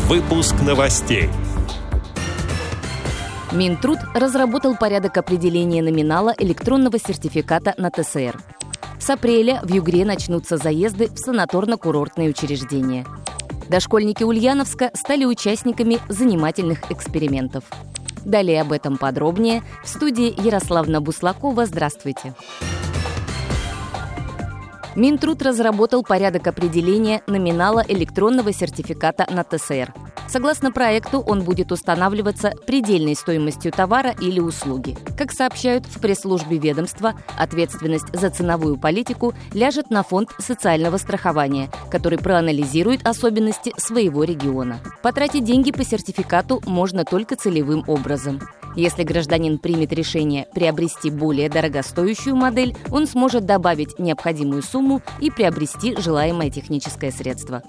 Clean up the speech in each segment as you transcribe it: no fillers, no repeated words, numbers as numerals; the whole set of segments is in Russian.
Выпуск новостей. Минтруд разработал порядок определения номинала электронного сертификата на ТСР. С апреля в Югре начнутся заезды в санаторно-курортные учреждения. Дошкольники Ульяновска стали участниками занимательных экспериментов. Далее об этом подробнее в студии Ярославна Буслакова. Здравствуйте. Минтруд разработал порядок определения номинала электронного сертификата на ТСР. Согласно проекту, он будет устанавливаться предельной стоимостью товара или услуги. Как сообщают в пресс-службе ведомства, ответственность за ценовую политику ляжет на Фонд социального страхования, который проанализирует особенности своего региона. Потратить деньги по сертификату можно только целевым образом. Если гражданин примет решение приобрести более дорогостоящую модель, он сможет добавить необходимую сумму и приобрести желаемое техническое средство.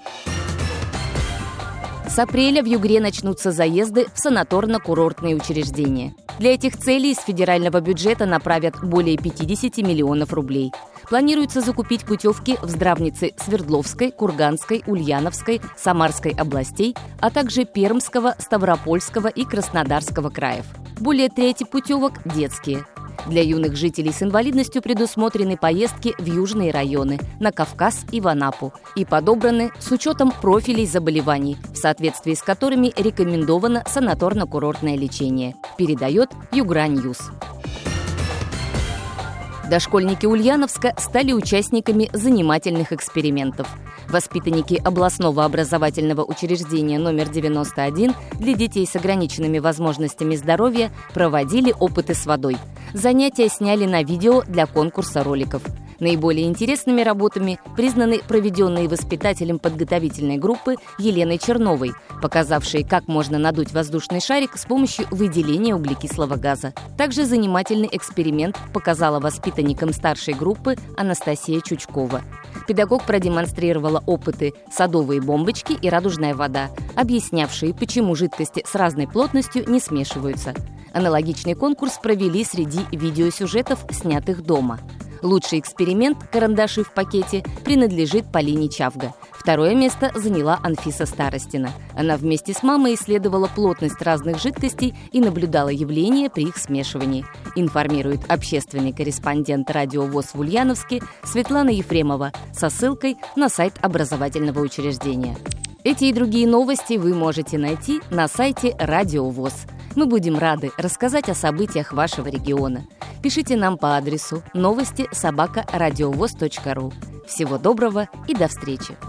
С апреля в Югре начнутся заезды в санаторно-курортные учреждения. Для этих целей из федерального бюджета направят более 50 миллионов рублей. Планируется закупить путевки в здравницы Свердловской, Курганской, Ульяновской, Самарской областей, а также Пермского, Ставропольского и Краснодарского краев. Более трети путевок – детские. Для юных жителей с инвалидностью предусмотрены поездки в южные районы, на Кавказ и в Анапу, и подобраны с учетом профилей заболеваний, в соответствии с которыми рекомендовано санаторно-курортное лечение, передает Югра-Ньюс. Дошкольники Ульяновска стали участниками занимательных экспериментов. Воспитанники областного образовательного учреждения номер 91 для детей с ограниченными возможностями здоровья проводили опыты с водой. Занятия сняли на видео для конкурса роликов. Наиболее интересными работами признаны проведенные воспитателем подготовительной группы Еленой Черновой, показавшие, как можно надуть воздушный шарик с помощью выделения углекислого газа. Также занимательный эксперимент показала воспитанникам старшей группы Анастасия Чучкова. Педагог продемонстрировала опыты «Садовые бомбочки» и «Радужная вода», объяснявшие, почему жидкости с разной плотностью не смешиваются. Аналогичный конкурс провели среди видеосюжетов, снятых дома. Лучший эксперимент «Карандаши в пакете» принадлежит Полине Чавга. Второе место заняла Анфиса Старостина. Она вместе с мамой исследовала плотность разных жидкостей и наблюдала явления при их смешивании. Информирует общественный корреспондент Радио ВОС в Ульяновске Светлана Ефремова со ссылкой на сайт образовательного учреждения. Эти и другие новости вы можете найти на сайте Радио ВОС. Мы будем рады рассказать о событиях вашего региона. Пишите нам по адресу новости@радиовос.ру. Всего доброго и до встречи!